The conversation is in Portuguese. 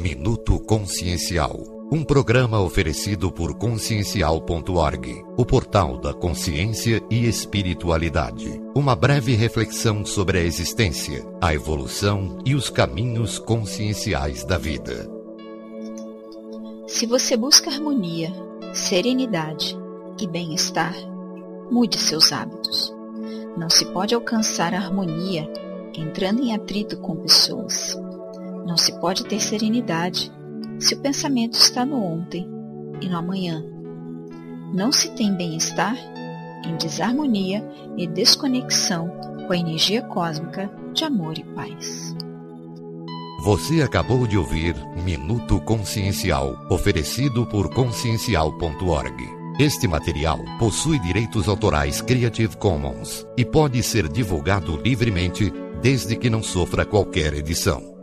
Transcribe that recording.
Minuto Consciencial. Um programa oferecido por consciencial.org, o portal da consciência e espiritualidade. Uma breve reflexão sobre a existência, a evolução e os caminhos conscienciais da vida. Se você busca harmonia, serenidade e bem-estar, mude seus hábitos. Não se pode alcançar a harmonia entrando em atrito com pessoas. Não se pode ter serenidade se o pensamento está no ontem e no amanhã. Não se tem bem-estar em desarmonia e desconexão com a energia cósmica de amor e paz. Você acabou de ouvir Minuto Consciencial, oferecido por consciencial.org. Este material possui direitos autorais Creative Commons e pode ser divulgado livremente desde que não sofra qualquer edição.